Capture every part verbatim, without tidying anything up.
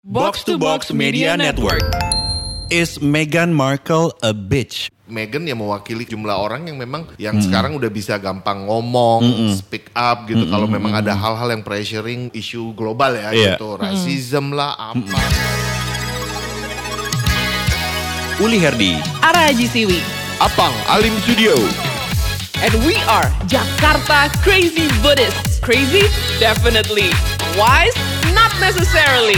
Box to Box Media Network. Is Meghan Markle a bitch? Meghan yang mewakili jumlah orang yang memang yang mm. sekarang udah bisa gampang ngomong, mm-mm. speak up gitu. Mm-mm. Kalau memang ada hal-hal yang pressuring isu global ya, yeah. gitu, rasism mm. lah apa. Mm-mm. Uli Herdi, Ara Haji Siwi, Apang Alim Studio. And we are Jakarta Crazy Buddhists. Crazy? Definitely. Wise? Not necessarily.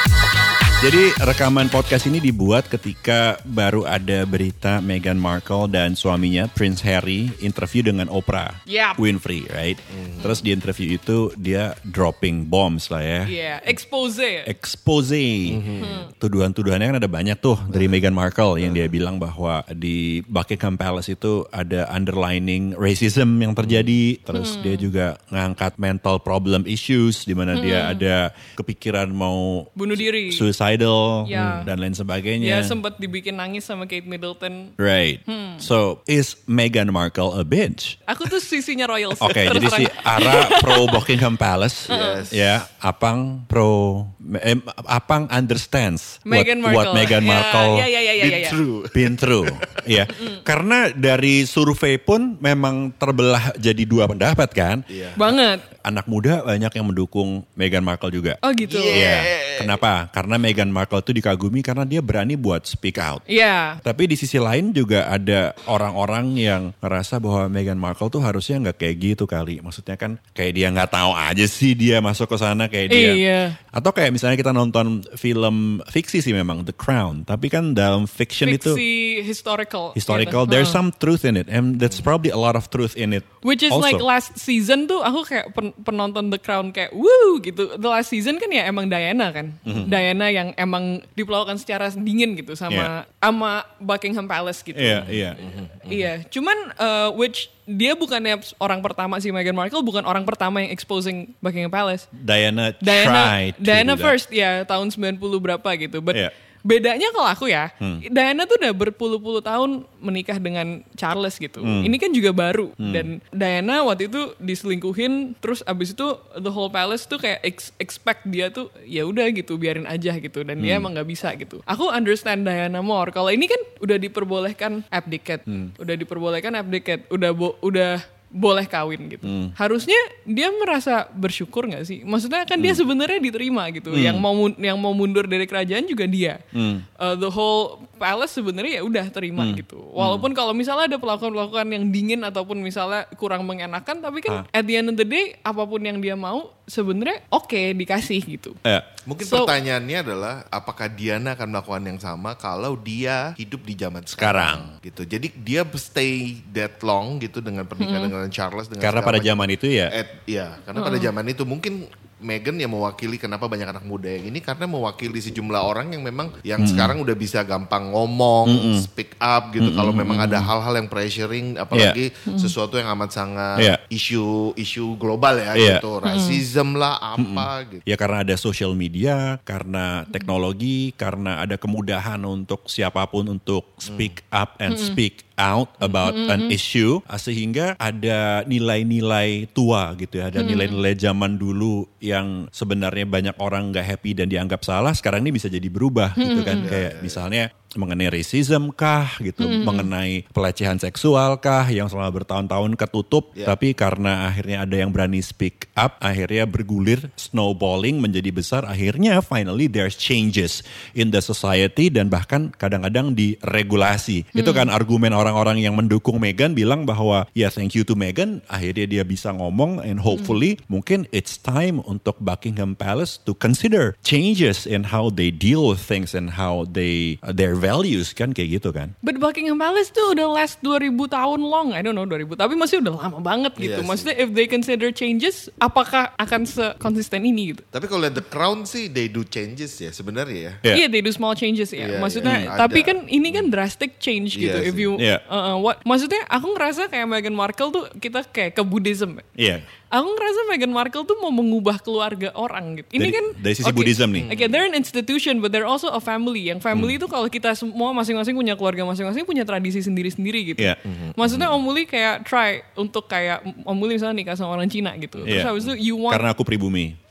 Jadi rekaman podcast ini dibuat ketika baru ada berita Meghan Markle dan suaminya Prince Harry interview dengan Oprah yep. Winfrey, right? Mm. Terus di interview itu dia dropping bombs lah ya. Yeah, expose. Expose. Mm-hmm. Tuduhan-tuduhannya kan ada banyak tuh dari Meghan Markle yang dia bilang bahwa di Buckingham Palace itu ada underlining racism yang terjadi. Terus mm. dia juga ngangkat mental problem issues di mana mm. dia ada kepikiran mau bunuh diri, suicide ya. dan lain sebagainya. Ya sempat dibikin nangis sama Kate Middleton. Right. Hmm. So, is Meghan Markle a bitch? Aku tuh sisinya royal. Oke, okay, jadi si Ara pro Buckingham Palace. Yes. Ya, Apang pro eh, Apang understands Meghan what, Markle. what Meghan Markle yeah, yeah, yeah, yeah, been yeah, yeah. through. Been through. Ya. Karena dari survei pun memang terbelah jadi dua pendapat kan? Yeah. Banget. Anak muda banyak yang mendukung Meghan Markle juga. Oh gitu. Iya. Yeah. Kenapa? Karena Meghan Markle itu dikagumi karena dia berani buat speak out. Iya. Yeah. Tapi di sisi lain juga ada orang-orang yang ngerasa bahwa Meghan Markle tuh harusnya nggak kayak gitu kali. Maksudnya kan kayak dia nggak tahu aja sih dia masuk ke sana kayak dia. Iya. Atau kayak misalnya kita nonton film fiksi sih memang The Crown. Tapi kan dalam fiction Fiksi itu historical. Historical. Gitu. There's uh. some truth in it, and that's probably a lot of truth in it. Which is also. like last season tuh aku kayak pen- penonton The Crown kayak woo gitu. The last season kan ya emang Diana kan. Mm-hmm. Diana yang emang diperlakukan secara dingin gitu sama yeah. sama Buckingham Palace gitu. Iya, yeah, iya. Yeah. Mm-hmm. Iya, cuman uh, which dia bukannya orang pertama si Meghan Markle, bukan orang pertama yang exposing Buckingham Palace. Diana, Diana tried Diana to first ya tahun sembilan puluh berapa gitu. But yeah. bedanya kalau aku ya, hmm. Diana tuh udah berpuluh-puluh tahun menikah dengan Charles gitu. Hmm. Ini kan juga baru. Hmm. Dan Diana waktu itu diselingkuhin, terus abis itu the whole palace tuh kayak ex- expect dia tuh ya udah gitu, biarin aja gitu. Dan hmm. dia emang nggak bisa gitu. Aku understand Diana more. Kalau ini kan udah diperbolehkan abdicate, hmm. udah diperbolehkan abdicate, udah bo- udah boleh kawin gitu. Hmm. Harusnya dia merasa bersyukur nggak sih? Maksudnya kan hmm. dia sebenarnya diterima gitu. Hmm. Yang mau yang mau mundur dari kerajaan juga dia. Hmm. Uh, the whole palace sebenarnya ya udah terima hmm. gitu. Walaupun hmm. kalau misalnya ada pelakuan-pelakuan yang dingin ataupun misalnya kurang mengenakan, tapi kan ha. at the end of the day apapun yang dia mau sebenarnya oke okay, dikasih gitu. Eh. Mungkin so, pertanyaannya adalah apakah Diana akan melakukan yang sama kalau dia hidup di zaman sekarang, sekarang gitu. Jadi dia stay that long gitu dengan pernikahan hmm. dengan Charles dengan karena pada zaman itu ya. At, ya, karena uh-uh. pada zaman itu mungkin Meghan yang mewakili kenapa banyak anak muda yang ini karena mewakili sejumlah orang yang memang yang mm. sekarang udah bisa gampang ngomong, mm-mm. speak up gitu. Mm-mm. Kalau memang ada hal-hal yang pressuring, apalagi yeah. sesuatu yang amat sangat yeah. isu isu global ya yeah. gitu, rasism lah apa Mm-mm. gitu. Ya karena ada social media, karena teknologi, karena ada kemudahan untuk siapapun untuk speak mm. up and Mm-mm. speak out about mm-hmm. an issue, sehingga ada nilai-nilai tua gitu ya, ada mm. nilai-nilai zaman dulu yang sebenarnya banyak orang nggak happy dan dianggap salah, sekarang ini bisa jadi berubah mm-hmm. gitu kan, kayak misalnya mengenai racism kah gitu, mm-hmm. mengenai pelecehan seksual kah yang selama bertahun-tahun ketutup, yeah. tapi karena akhirnya ada yang berani speak up, akhirnya bergulir, snowballing menjadi besar, akhirnya finally there's changes in the society dan bahkan kadang-kadang diregulasi. Mm. Itu kan argumen orang-orang yang mendukung Meghan bilang bahwa ya thank you to Meghan, akhirnya dia bisa ngomong and hopefully mm. mungkin it's time untuk Buckingham Palace to consider changes in how they deal with things and how they uh, their values kan kayak gitu kan. But Buckingham Palace tuh udah last dua ribu tahun long, I don't know dua ribu, tapi masih udah lama banget gitu. Yes. Maksudnya if they consider changes, apakah akan se-konsisten ini gitu? Tapi kalau lihat The Crown sih, they do changes ya sebenarnya ya. Iya, yeah. yeah, they do small changes ya. Yeah, maksudnya, yeah. tapi ada. Kan ini kan drastic change gitu. Yeah, if you, yeah. uh, what? Maksudnya aku ngerasa kayak Meghan Markle tuh kita kayak ke Buddhism. Iya. Yeah. Aku ngerasa Meghan Markle tuh mau mengubah keluarga orang gitu. Ini dari, kan dari sisi okay, Buddhism nih. Okay, they're an institution, but they're also a family. Yang family itu hmm. kalau kita semua masing-masing punya keluarga masing-masing, punya tradisi sendiri-sendiri gitu. Yeah. Mm-hmm. Maksudnya Om Uli kayak try untuk kayak Om Uli misalnya nikah sama orang Cina gitu. Terus yeah. habis itu you want karena aku pribumi.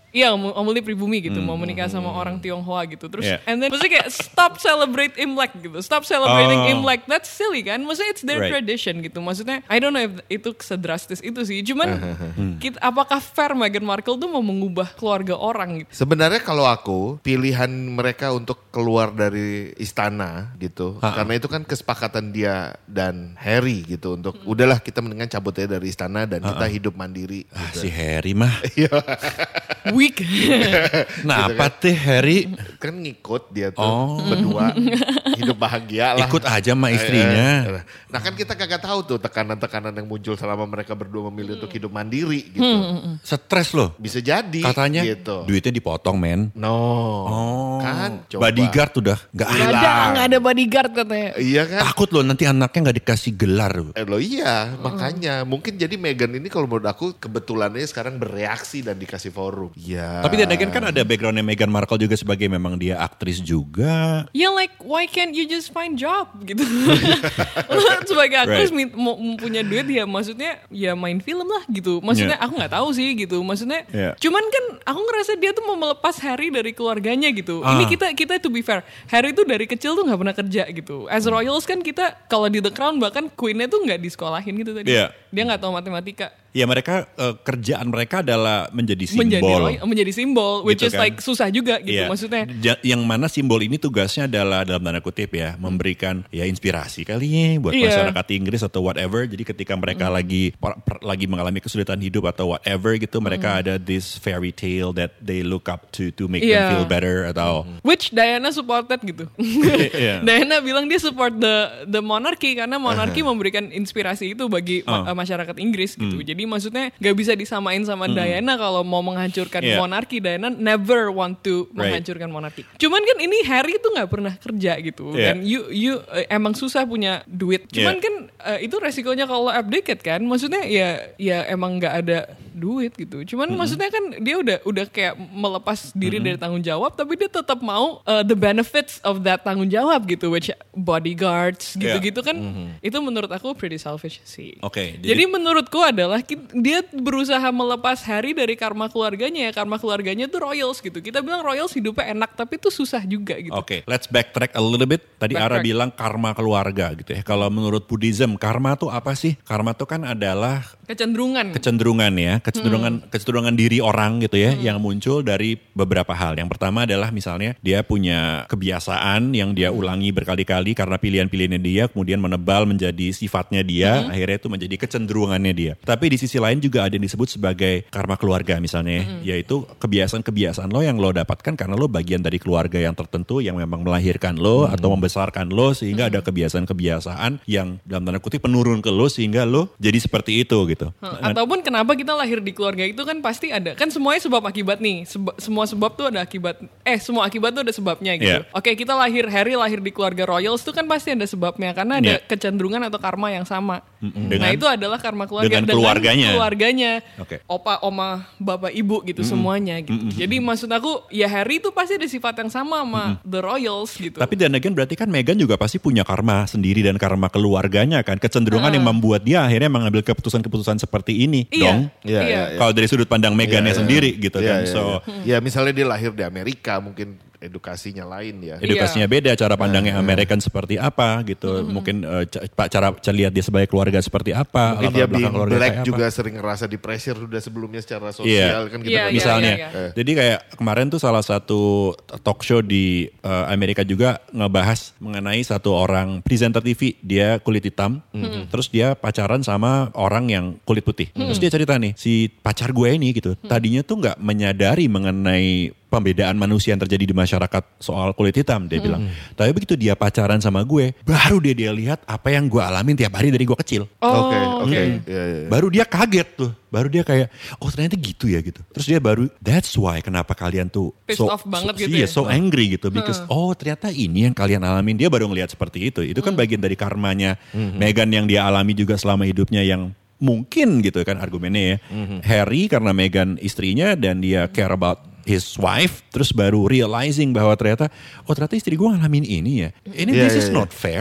Iya, Omuli pribumi gitu, hmm. mau menikah sama orang Tionghoa gitu. Terus, yeah. and then maksudnya kayak stop celebrate Imlek gitu, stop celebrating oh. Imlek. That's silly kan? Maksudnya it's their right. tradition gitu. Maksudnya, I don't know if itu sedrastis itu sih. Cuman, kita, apakah fair Meghan Markle tuh mau mengubah keluarga orang gitu? Sebenarnya kalau aku, pilihan mereka untuk keluar dari istana gitu, ha-ha. Karena itu kan kesepakatan dia dan Harry gitu untuk, hmm. udahlah kita mendingan cabut aja dari istana dan ha-ha. Kita hidup mandiri. Ah, gitu. Si Harry mah. Weak. Nah gitu apa kan. teh Harry? Kan ngikut dia tuh oh. berdua hidup bahagia lah. Ikut aja sama istrinya. Nah kan kita kagak tahu tuh tekanan-tekanan yang muncul selama mereka berdua memilih hmm. untuk hidup mandiri gitu. Hmm. Stres loh. Bisa jadi. Katanya gitu. Duitnya dipotong men. No. Oh. Kan coba. Bodyguard udah gak ada. Gak ada, gak ada bodyguard katanya. Iya kan. Takut loh nanti anaknya gak dikasih gelar. Eh lo iya hmm. makanya. Mungkin jadi Meghan ini kalau menurut aku kebetulannya sekarang bereaksi dan dikasih forum. Iya. Tapi dan again kan ada backgroundnya Meghan Markle juga sebagai memang dia aktris juga. Ya yeah, like why can't you just find job gitu. Lo sebagai aktris right. mau punya duit ya maksudnya ya main film lah gitu. Maksudnya yeah. aku gak tahu sih gitu. Maksudnya yeah. cuman kan aku ngerasa dia tuh mau melepas Harry dari keluarganya gitu. Ah. Ini kita kita to be fair. Harry tuh dari kecil tuh gak pernah kerja gitu. As royals kan kita kalau di The Crown bahkan Queen-nya tuh gak disekolahin gitu tadi. Yeah. Dia gak tahu matematika. Ya mereka uh, kerjaan mereka adalah menjadi simbol. Menjadi, menjadi simbol, which gitu is kan? Like susah juga gitu yeah. maksudnya. Ja- yang mana simbol ini tugasnya adalah dalam tanda kutip ya hmm. memberikan ya inspirasi kali ya buat yeah. masyarakat Inggris atau whatever. Jadi ketika mereka hmm. lagi per, per, lagi mengalami kesulitan hidup atau whatever gitu, mereka hmm. ada this fairy tale that they look up to to make yeah. them feel better atau. Hmm. Which Diana supported gitu. yeah. Diana bilang dia support the the monarchy karena monarki uh-huh. memberikan inspirasi itu bagi uh. ma- masyarakat Inggris gitu. Hmm. Jadi Jadi maksudnya gak bisa disamain sama hmm. Diana kalau mau menghancurkan yeah. monarki. Diana never want to right. menghancurkan monarki. Cuman kan ini Harry tuh gak pernah kerja gitu. Yeah. Dan you you uh, emang susah punya duit. Cuman yeah. kan uh, itu resikonya kalau abdicate kan. Maksudnya ya ya emang gak ada duit gitu. Cuman mm-hmm. maksudnya kan dia udah udah kayak melepas diri mm-hmm. dari tanggung jawab. Tapi dia tetap mau uh, the benefits of that tanggung jawab gitu. Which bodyguards gitu-gitu yeah. kan. Mm-hmm. Itu menurut aku pretty selfish sih. Oke. Okay, jadi, jadi menurutku adalah dia berusaha melepas Harry dari karma keluarganya ya. Karma keluarganya tuh royals gitu. Kita bilang royals hidupnya enak tapi itu susah juga gitu. Oke, okay, let's backtrack a little bit. Tadi backtrack. Ara bilang karma keluarga gitu ya. Kalau menurut Buddhism, karma tuh apa sih? Karma tuh kan adalah kecenderungan. Kecenderungan ya, kecenderungan hmm. kecenderungan diri orang gitu ya hmm. yang muncul dari beberapa hal. Yang pertama adalah misalnya dia punya kebiasaan yang dia ulangi berkali-kali karena pilihan-pilihannya dia kemudian menebal menjadi sifatnya dia, hmm. akhirnya itu menjadi kecenderungannya dia. Tapi di sisi lain juga ada yang disebut sebagai karma keluarga misalnya, mm-hmm. yaitu kebiasaan-kebiasaan lo yang lo dapatkan karena lo bagian dari keluarga yang tertentu yang memang melahirkan lo mm-hmm. atau membesarkan lo sehingga mm-hmm. ada kebiasaan-kebiasaan yang dalam tanda kutip penurun ke lo sehingga lo jadi seperti itu gitu. Hmm. Ataupun kenapa kita lahir di keluarga itu kan pasti ada, kan semuanya sebab akibat nih, Seba, semua sebab tuh ada akibat, eh semua akibat tuh ada sebabnya gitu. Yeah. Oke kita lahir, Harry lahir di keluarga royals tuh kan pasti ada sebabnya karena ada yeah. kecenderungan atau karma yang sama. Mm-hmm. Dengan, nah itu adalah karma keluarga dengan, dengan keluarganya. keluarganya, okay. opa, oma, bapak, ibu gitu mm-hmm. semuanya gitu. Mm-hmm. Jadi maksud aku ya Harry itu pasti ada sifat yang sama sama mm-hmm. the royals gitu. Tapi dan again berarti kan Meghan juga pasti punya karma sendiri dan karma keluarganya kan. Kecenderungan uh. yang membuat dia akhirnya mengambil keputusan-keputusan seperti ini iya. dong. Iya. Iya. Kalau dari sudut pandang Meghannya iya, sendiri iya. gitu iya, kan. Iya, so iya. Ya misalnya dia lahir di Amerika mungkin edukasinya lain ya. Edukasinya yeah. beda, cara pandangnya uh, American seperti apa gitu. Mm-hmm. Mungkin uh, c- cara cara lihat dia sebagai keluarga seperti apa. Mungkin dia being black juga apa. Sering ngerasa di pressure sudah sebelumnya secara sosial yeah. kan kita yeah, yeah, misalnya. Yeah, yeah, yeah. Jadi kayak kemarin tuh salah satu talk show di uh, Amerika juga ngebahas mengenai satu orang presenter T V, dia kulit hitam. Mm-hmm. Terus dia pacaran sama orang yang kulit putih. Mm-hmm. Terus dia cerita nih, si pacar gue ini gitu. Mm-hmm. Tadinya tuh enggak menyadari mengenai pembedaan manusia yang terjadi di masyarakat soal kulit hitam, dia hmm. bilang. Tapi begitu dia pacaran sama gue, baru dia dia lihat apa yang gue alamin tiap hari dari gue kecil. Oke, oh, oke. Okay, okay. hmm. yeah, yeah. Baru dia kaget tuh, baru dia kayak, oh ternyata gitu ya gitu. Terus dia baru, that's why kenapa kalian tuh pissed so, off banget so, gitu iya, ya. so angry gitu, because hmm. oh ternyata ini yang kalian alamin. Dia baru ngelihat seperti itu. Itu kan hmm. bagian dari karmanya hmm. Meghan yang dia alami juga selama hidupnya yang mungkin gitu kan argumennya ya. Hmm. Harry karena Meghan istrinya dan dia care about his wife, terus baru realizing bahwa ternyata, oh ternyata istri gue ngalamin ini ya. Ini yeah, this yeah, is yeah. not fair.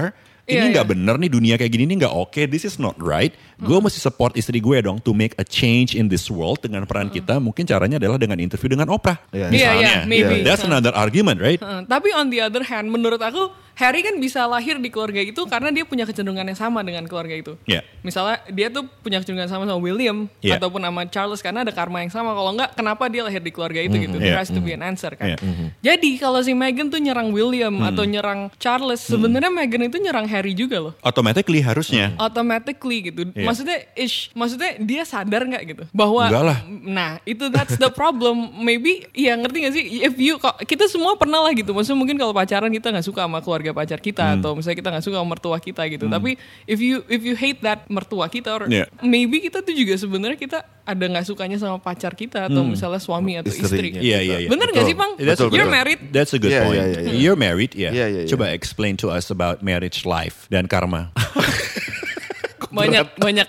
ini Iya, nggak iya. bener nih, dunia kayak gini nih nggak oke, this is not right. Gue mesti support istri gue dong to make a change in this world dengan peran kita. Mungkin caranya adalah dengan interview dengan Oprah. Iya. Misalnya, Iya, iya, maybe. that's another argument, right? Uh, tapi on the other hand, menurut aku Harry kan bisa lahir di keluarga itu karena dia punya kecenderungan yang sama dengan keluarga itu. Yeah. Misalnya dia tuh punya kecenderungan sama sama William Yeah. ataupun sama Charles karena ada karma yang sama. Kalau enggak, kenapa dia lahir di keluarga itu gitu? There Yeah. has to be an answer kan. Yeah. Jadi kalau si Meghan tuh nyerang William atau nyerang Charles, sebenarnya Meghan itu nyerang Harry juga loh. Automatically harusnya. Automatically gitu. Iya. Maksudnya ish, maksudnya dia sadar nggak gitu bahwa Enggak lah. nah, itu that's the problem. Maybe ya ngerti gak sih? If you kok kita semua pernah lah gitu. Maksudnya mungkin kalau pacaran kita nggak suka sama keluarga pacar kita atau misalnya kita nggak suka sama mertua kita gitu. Tapi if you if you hate that mertua kita or Yeah. maybe kita tuh juga sebenarnya kita ada nggak sukanya sama pacar kita atau misalnya suami atau istri. Istrinya. Iya, iya, iya. Bener nggak sih, Bang? That's a You're betul. married. That's a good Yeah, point. yeah, yeah, yeah. You're married, ya. Yeah, yeah, yeah. Coba explain to us about marriage life dan karma. Banyak banyak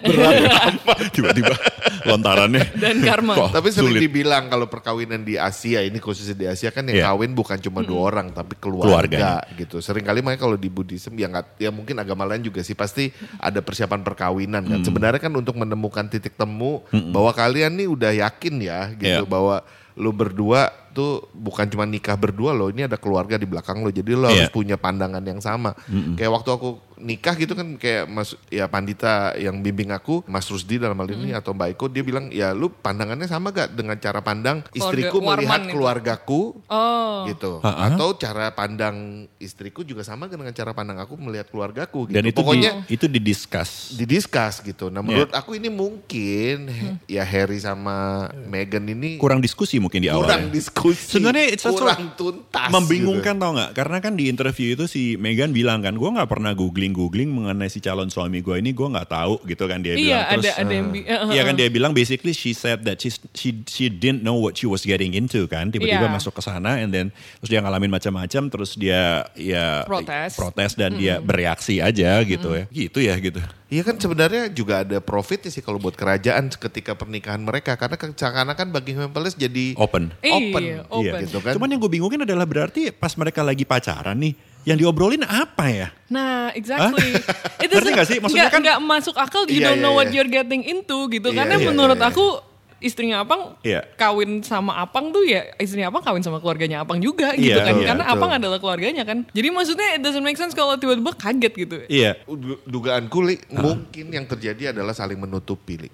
Tiba-tiba lontarannya. dan karma. Kok Tapi sering sulit. dibilang kalau perkawinan di Asia, ini khususnya di Asia kan yang Iya. kawin bukan cuma dua orang tapi Keluarganya. keluarga gitu. Sering kali makanya kalau di Buddhism ya nggak, ya mungkin agama lain juga sih pasti ada persiapan perkawinan kan. Sebenarnya kan untuk menemukan titik temu bahwa kalian nih udah yakin ya gitu Iya. bahwa lu berdua tuh bukan cuma nikah berdua loh, ini ada keluarga di belakang lo, jadi lo Iya. harus punya pandangan yang sama. Kayak waktu aku nikah gitu kan, kayak mas ya pandita yang bimbing aku, Mas Rusdi dalam hal ini atau Mbak Iko, dia bilang ya lu pandangannya sama gak dengan cara pandang istriku Keluarga melihat Warman itu. keluargaku Oh. gitu, Ha-ha. atau cara pandang istriku juga sama dengan cara pandang aku melihat keluargaku gitu. Dan itu Pokoknya di, itu didiscuss. didiskus gitu. Nah menurut aku ini mungkin ya Harry sama Meghan ini Kurang diskusi mungkin di awal. kurang diskusi, Sebenarnya it's also kurang tuntas, membingungkan tau nggak? Karena kan di interview itu si Meghan bilang kan, gue nggak pernah googling googling mengenai si calon suami gue ini, gue nggak tahu gitu kan dia Iya, bilang. Terus, ada ada yang bi- Iya kan dia bilang basically she said that she she she didn't know what she was getting into kan, tiba-tiba Iya. masuk ke sana and then terus dia ngalamin macam-macam, terus dia ya Protes. protes dan dia bereaksi aja gitu ya, gitu ya gitu. Iya kan sebenarnya juga ada profitnya sih kalau buat kerajaan ketika pernikahan mereka, karena seakan-akan Buckingham Palace jadi Open. open, Iya, open. gitu kan. Cuman yang gue bingungin adalah berarti pas mereka lagi pacaran nih, yang diobrolin apa ya? Nah, exactly. Itu Ngerti nggak sih? Maksudnya nggak, kan- nggak masuk akal. You Iya, don't know iya, what iya. you're getting into gitu. Iya, Karena iya, menurut iya, iya. aku istrinya Apang Iya. kawin sama Apang tuh ya istrinya Apang kawin sama keluarganya Apang juga gitu Iya, kan. iya, Karena betul. Apang adalah keluarganya kan. Jadi maksudnya it doesn't make sense kalau tiba-tiba kaget gitu. Iya. Du- dugaanku Li, mungkin yang terjadi adalah saling menutupi Li.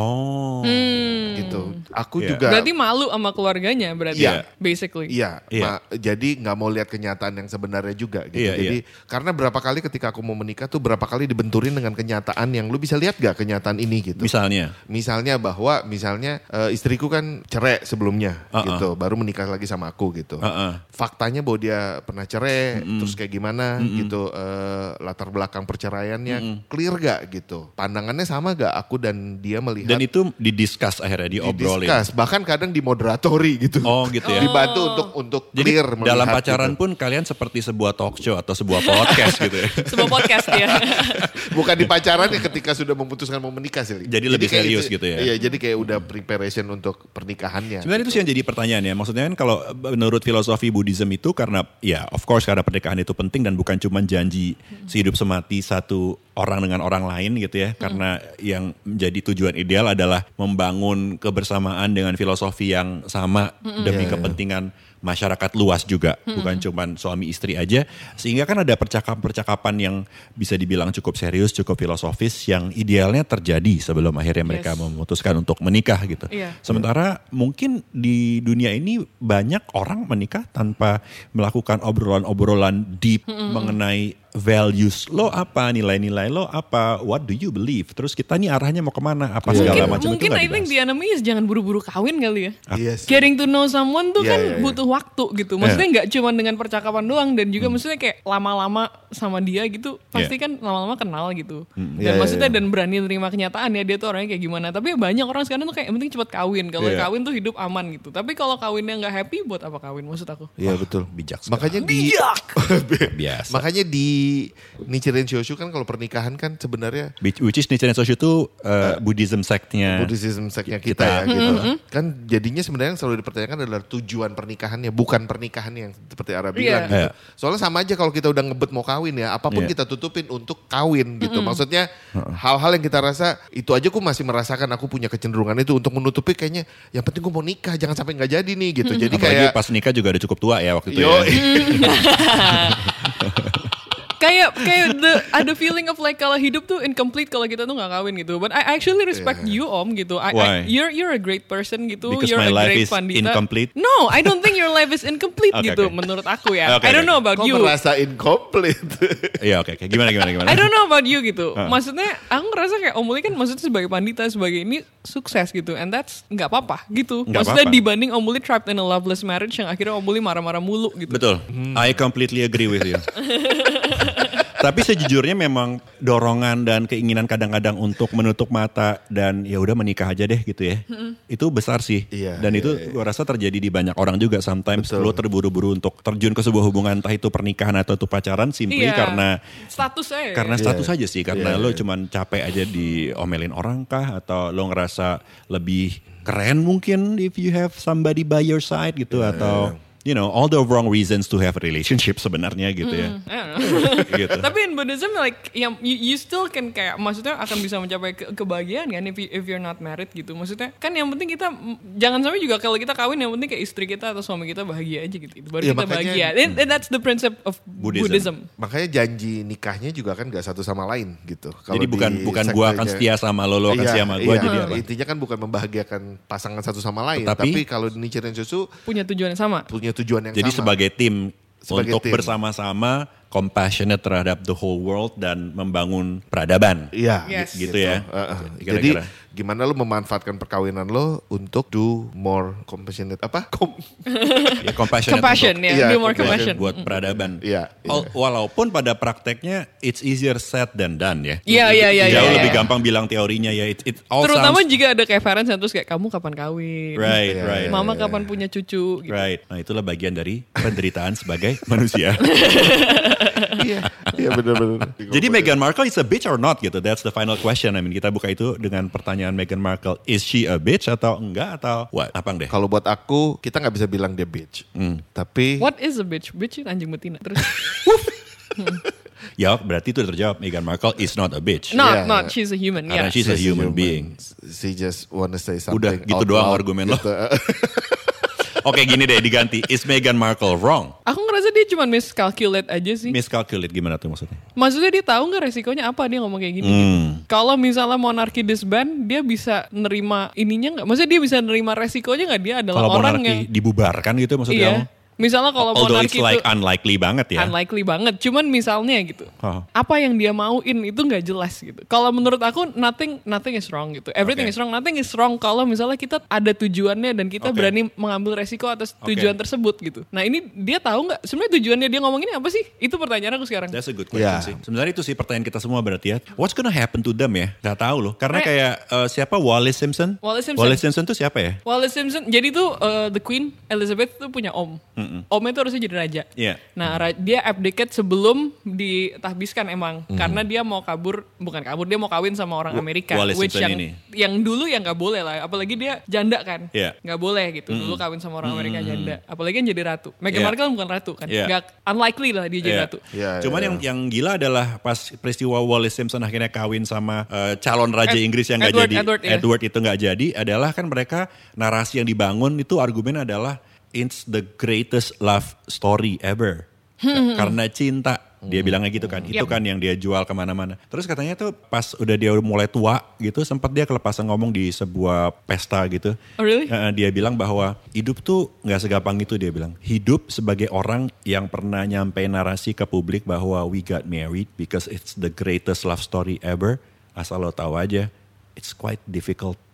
Oh. gitu. Aku Iya. juga Berarti malu sama keluarganya berarti Iya. basically. Iya, Iya. ma- jadi nggak mau lihat kenyataan yang sebenarnya juga gitu. Iya, Jadi karena berapa kali ketika aku mau menikah tuh berapa kali dibenturin dengan kenyataan yang lu bisa lihat gak kenyataan ini gitu. Misalnya. Misalnya bahwa misalnya eh, istriku kan cerai sebelumnya Uh-uh. gitu, baru menikah lagi sama aku gitu. Uh-uh. Faktanya bahwa dia pernah cerai, terus kayak gimana gitu, eh, latar belakang perceraiannya clear gak gitu. Pandangannya sama gak aku dan dia melihat Dan itu didiscuss akhirnya, diobrolin. didiscuss, bahkan kadang dimoderatori gitu. Oh gitu ya. Dibantu untuk untuk Jadi clear dalam melihat pacaran gitu. pun kalian seperti sebuah talk show atau sebuah podcast gitu ya. Sebuah podcast ya. Bukan di pacaran ya, ketika sudah memutuskan mau menikah sih. Li. Jadi lebih kayak serius itu- gitu ya. Iya, jadi kayak udah preparation untuk pernikahannya. Sebenarnya itu sih yang jadi pertanyaan ya. Maksudnya kan kalau menurut filosofi Buddhism itu karena ya of course karena pernikahan itu penting dan bukan cuma janji sehidup semati satu orang dengan orang lain gitu ya. Karena yang menjadi tujuan ideal adalah membangun kebersamaan dengan filosofi yang sama demi Iya, iya. kepentingan masyarakat luas juga, bukan cuma suami istri aja. Sehingga kan ada percakapan-percakapan yang bisa dibilang cukup serius, cukup filosofis yang idealnya terjadi sebelum akhirnya mereka Yes. memutuskan untuk menikah gitu. Iya. Sementara mungkin di dunia ini banyak orang menikah tanpa melakukan obrolan-obrolan deep mengenai values lo apa, nilai-nilai lo apa, what do you believe, terus kita nih arahnya mau kemana, apa segala Mungkin, macam itu mungkin nggak I think dibahas. the enemy is jangan buru-buru kawin kali ya. Iya sih. Getting to know someone tuh Iya, kan iya, iya. butuh waktu gitu. Maksudnya nggak cuma dengan percakapan doang dan juga maksudnya kayak lama-lama sama dia gitu pasti kan lama-lama kenal gitu. Dan Iya, iya, maksudnya iya. dan berani terima kenyataan ya dia tuh orangnya kayak gimana. Tapi banyak orang sekarang tuh kayak yang penting cepat kawin. Kalau Iya. kawin tuh hidup aman gitu. Tapi kalau kawinnya nggak happy buat apa kawin maksud aku? Iya betul. bijak sekali. Makanya di Biasa. makanya di Nichiren Shoshu kan kalau pernikahan kan sebenarnya Which is Nichiren Shoshu itu uh, Buddhism sectnya Buddhism sectnya kita, kita ya gitu. Mm-hmm. Kan jadinya sebenarnya yang selalu dipertanyakan adalah tujuan pernikahannya, bukan pernikahan yang seperti Ara bilang yeah. gitu. Soalnya sama aja kalau kita udah ngebet mau kawin ya, apapun yeah. kita tutupin untuk kawin gitu. Mm-hmm. Maksudnya uh-uh. hal-hal yang kita rasa itu aja aku masih merasakan aku punya kecenderungan itu untuk menutupi kayaknya yang penting gue mau nikah jangan sampai nggak jadi nih gitu. Jadi apalagi kayak pas nikah juga udah cukup tua ya waktu itu yo, ya. kayak kayak the ada feeling of like kalau hidup tuh incomplete kalau kita tuh nggak kawin gitu. But I actually respect yeah. you Om gitu. I, Why? I, you're you're a great person gitu. Because you're my a life great is pandita. incomplete. No, I don't think your life is incomplete okay, gitu. okay. Menurut aku ya. Okay, I don't okay. know about kok you. merasa incomplete. Iya oke okay, okay. Gimana gimana gimana. I don't know about you gitu. Uh. Maksudnya aku ngerasa kayak Om Uli kan maksudnya sebagai pandita sebagai ini sukses gitu. And that's nggak apa-apa gitu. Gak maksudnya apa-apa. dibanding Om Uli trapped in a loveless marriage yang akhirnya Om Uli marah-marah mulu gitu. Betul. Hmm. I completely agree with you. Tapi sejujurnya memang dorongan dan keinginan kadang-kadang untuk menutup mata dan ya udah menikah aja deh gitu ya. Mm-hmm. Itu besar sih. Iya, dan iya, itu iya. gue rasa terjadi di banyak orang juga. Sometimes Betul. lo terburu-buru untuk terjun ke sebuah hubungan entah itu pernikahan atau itu pacaran simply Iya. karena status aja. karena Iya. status aja sih. Karena Iya, lo iya. cuman capek aja diomelin orang kah atau lo ngerasa lebih keren mungkin if you have somebody by your side gitu Iya, atau iya. you know all the wrong reasons to have a relationship sebenarnya gitu ya. I don't know. Gitu. Tapi in Buddhism like yang you, you still can kayak maksudnya akan bisa mencapai ke, kebahagiaan kan if you, if you're not married gitu. Maksudnya kan yang penting kita jangan sampai juga kalau kita kawin yang penting kayak istri kita atau suami kita bahagia aja gitu. Itu baru Ya, kita makanya- bahagia. And, and that's the principle of Buddhism. Buddhism. Makanya janji nikahnya juga kan gak satu sama lain gitu. Kalau Jadi bukan di bukan gua akan sektenya- setia sama lo, lo akan Iya, setia sama gua iya. jadi apa? Intinya kan bukan membahagiakan pasangan satu sama lain, Tetapi- tapi, kalau di Nichiren Shoshu Punya tujuan yang sama. punya tujuan yang Jadi sama. sebagai tim Sebagai untuk tim. bersama-sama compassionate terhadap the whole world dan membangun peradaban. Iya, Yes. Gitu ya. Uh, uh. Kira-kira. Jadi gimana lo memanfaatkan perkawinan lo untuk do more compassionate apa? Kom- Ya, compassionate Compassion untuk- ya, Iya, do more compassion. compassion. buat peradaban. Iya, Wal- Walaupun pada prakteknya it's easier said than done ya. Iya, iya, iya, Jauh iya, lebih iya. gampang bilang teorinya ya. It, it all Terutama sounds jika ada kayak parents yang terus kayak kamu kapan kawin? right, Iya, right. iya. Mama kapan punya cucu gitu. Right. Nah, itulah bagian dari penderitaan sebagai manusia. Iya, iya benar-benar. Jadi Meghan Markle is a bitch or not gitu? That's the final question. I mean, kita buka itu dengan pertanyaan Meghan Markle. Is she a bitch atau enggak atau what? Apa deh? Kalau buat aku, kita nggak bisa bilang dia bitch. Hmm. Tapi What is a bitch? Bitch itu anjing betina. Terus Ya berarti itu terjawab. Meghan Markle is not a bitch. not Yeah, not yeah. she's a human. Karena Yeah. she's a human being. She just wanna say something. Udah gitu out doang loud argumen lo. gitu. Oke gini deh diganti. Is Meghan Markle wrong? Aku ngerasa dia cuma miscalculate aja sih. Miscalculate gimana tuh maksudnya? Maksudnya dia tahu nggak resikonya apa dia ngomong kayak gini. Hmm. Gitu. Kalau misalnya monarki disband, dia bisa nerima ininya nggak? Maksudnya dia bisa nerima resikonya nggak? Dia adalah Kalau orang monarki yang dibubarkan gitu maksudnya iya. kamu? Misalnya kalau Although it's monarki like itu unlikely banget ya. unlikely banget. Cuman misalnya gitu. Oh. Apa yang dia mauin itu nggak jelas gitu. Kalau menurut aku nothing nothing is wrong gitu. Everything Okay. is wrong. Nothing is wrong kalau misalnya kita ada tujuannya dan kita Okay. berani mengambil resiko atas Okay. tujuan tersebut gitu. Nah ini dia tahu nggak sebenarnya tujuannya dia ngomong ini apa sih? Itu pertanyaan aku sekarang. That's a good question Yeah. sih. Sebenarnya itu sih pertanyaan kita semua berarti ya. What's gonna happen to them ya? Gak tahu loh. Karena Kayak- kayak eh, siapa Wallace Simpson? Wallace Simpson. Wallace Simpson tuh siapa ya? Wallace Simpson, jadi tuh uh, the Queen Elizabeth tuh punya om. Omnya tuh harusnya jadi raja. Iya. Nah ra- dia abdicate sebelum ditahbiskan emang, karena dia mau kabur, bukan kabur, dia mau kawin sama orang Amerika. Wallace which Simpson yang ini. yang dulu yang nggak boleh lah, apalagi dia janda kan, Iya. nggak boleh gitu. Dulu kawin sama orang Amerika janda, apalagi yang jadi ratu. Meghan Iya. Markle bukan ratu kan, Iya. nggak unlikely lah dia jadi Iya. ratu. Iya, Cuman iya. yang yang gila adalah pas peristiwa Wallace Simpson akhirnya kawin sama eh, calon raja Ed- Inggris yang nggak Edward- jadi Edward, iya. Edward itu nggak jadi adalah kan mereka narasi yang dibangun itu argumen adalah it's the greatest love story ever. Karena cinta. Dia bilangnya gitu kan. Itu Yep. kan yang dia jual kemana-mana. Terus katanya tuh pas udah dia mulai tua gitu. Sempat dia kelepasan ngomong di sebuah pesta gitu. Oh, really? Eh, dia bilang bahwa hidup tuh gak segampang itu dia bilang. Hidup sebagai orang yang pernah nyampe narasi ke publik bahwa we got married because it's the greatest love story ever. Asal lo tahu aja, it's quite difficult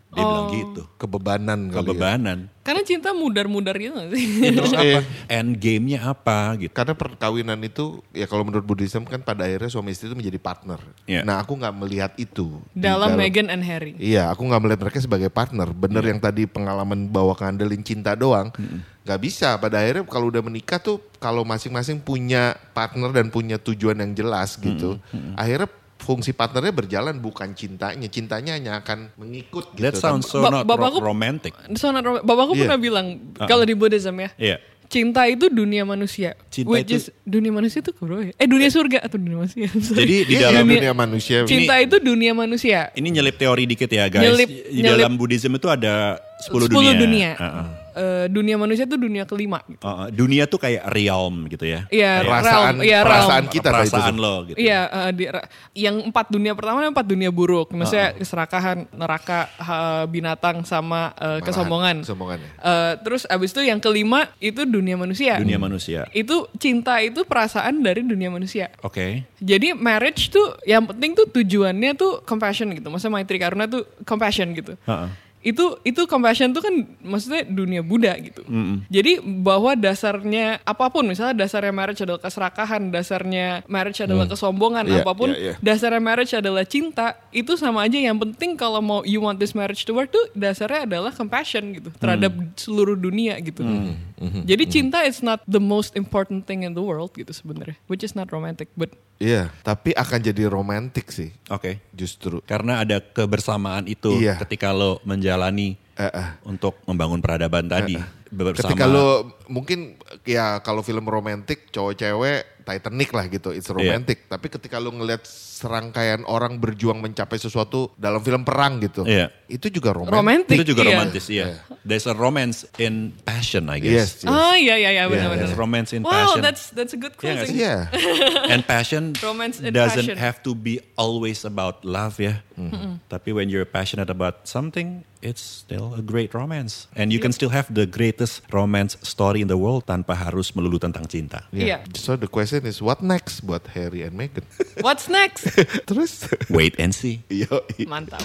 Dia Oh. bilang gitu. Kebebanan kali ya. Kebebanan. Karena cinta mudar-mudar gitu gak sih? Terus Iya. apa? End game-nya apa gitu. Karena perkawinan itu ya kalau menurut Buddhism kan pada akhirnya suami istri itu menjadi partner. Iya. Nah aku nggak melihat itu di Dalam Meghan and Harry. Iya, aku nggak melihat mereka sebagai partner. Bener yang tadi pengalaman bawa ngandelin cinta doang, nggak bisa. Pada akhirnya kalau udah menikah tuh kalau masing-masing punya partner dan punya tujuan yang jelas gitu, akhirnya fungsi partnernya berjalan bukan cintanya. Cintanya hanya akan mengikut gitu. That sounds so Ba- not bapakku- ro- romantic. So, not rom- Bapakku Iya. pernah bilang, kalau di Buddhism ya, Iya. cinta itu dunia manusia. Cinta Which itu- is, dunia manusia itu bro ya? Eh dunia surga atau dunia manusia? Sorry. Jadi di Iya, dalam dunia, dunia manusia. Cinta itu dunia manusia. ini nyelip teori dikit ya guys. Nyelip- di nyelip- dalam Buddhism itu ada sepuluh, sepuluh dunia. dunia. Uh-uh. Eh, dunia manusia itu dunia kelima gitu. Uh-uh. Dunia tuh kayak realm gitu ya. Iya, Kayak perasaan, realm, iya, perasaan realm. kita lah itu. perasaan lo gitu. Iya, eh, di, ra- yang empat dunia pertama empat dunia buruk, maksudnya keserakahan, neraka, ha- binatang sama eh, kesombongan. Kesombongan ya. Eh, terus abis itu yang kelima itu dunia manusia. Dunia manusia. Itu cinta itu perasaan dari dunia manusia. Oke. Jadi marriage tuh yang penting tuh tujuannya tuh compassion gitu. Maksudnya Maitri Karuna tuh compassion gitu. Uh-uh. Itu itu compassion tuh kan maksudnya dunia Buddha gitu. Jadi bahwa dasarnya apapun, misalnya dasarnya marriage adalah keserakahan, dasarnya marriage adalah kesombongan, Iya, apapun, iya, iya. dasarnya marriage adalah cinta, itu sama aja. Yang penting kalau mau you want this marriage to work tuh dasarnya adalah compassion gitu terhadap seluruh dunia gitu. Jadi cinta is not the most important thing in the world gitu sebenarnya, which is not romantic, but Iya, tapi akan jadi romantis sih Oke. justru. Karena ada kebersamaan itu Iya. ketika lo menjalani Eh, eh. untuk membangun peradaban tadi bersama. Ketika lo mungkin ya kalau film romantik cowok cewek Titanic lah gitu, it's romantic. Tapi ketika lo ngeliat serangkaian orang berjuang mencapai sesuatu dalam film perang gitu, Iya. itu juga romantis. romantic. itu juga iya. romantis, iya. There's a romance in passion, I guess. Yes, yes. Oh iya iya iya benar-benar. There's romance in Wow, passion. that's that's a good Iya nggak closing. sih? Iya. And passion Romance and doesn't passion. have to be always about love ya. Tapi when you're passionate about something, it's still a great romance. And you can still have the greatest romance story in the world tanpa harus melulu tentang cinta. Iya. So the question is what next buat Harry and Meghan? What's next? Terus, Wait and see. yo, Mantap.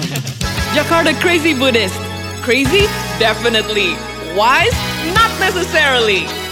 Jakarta Crazy Buddhist. Crazy? Definitely. Wise? Not necessarily.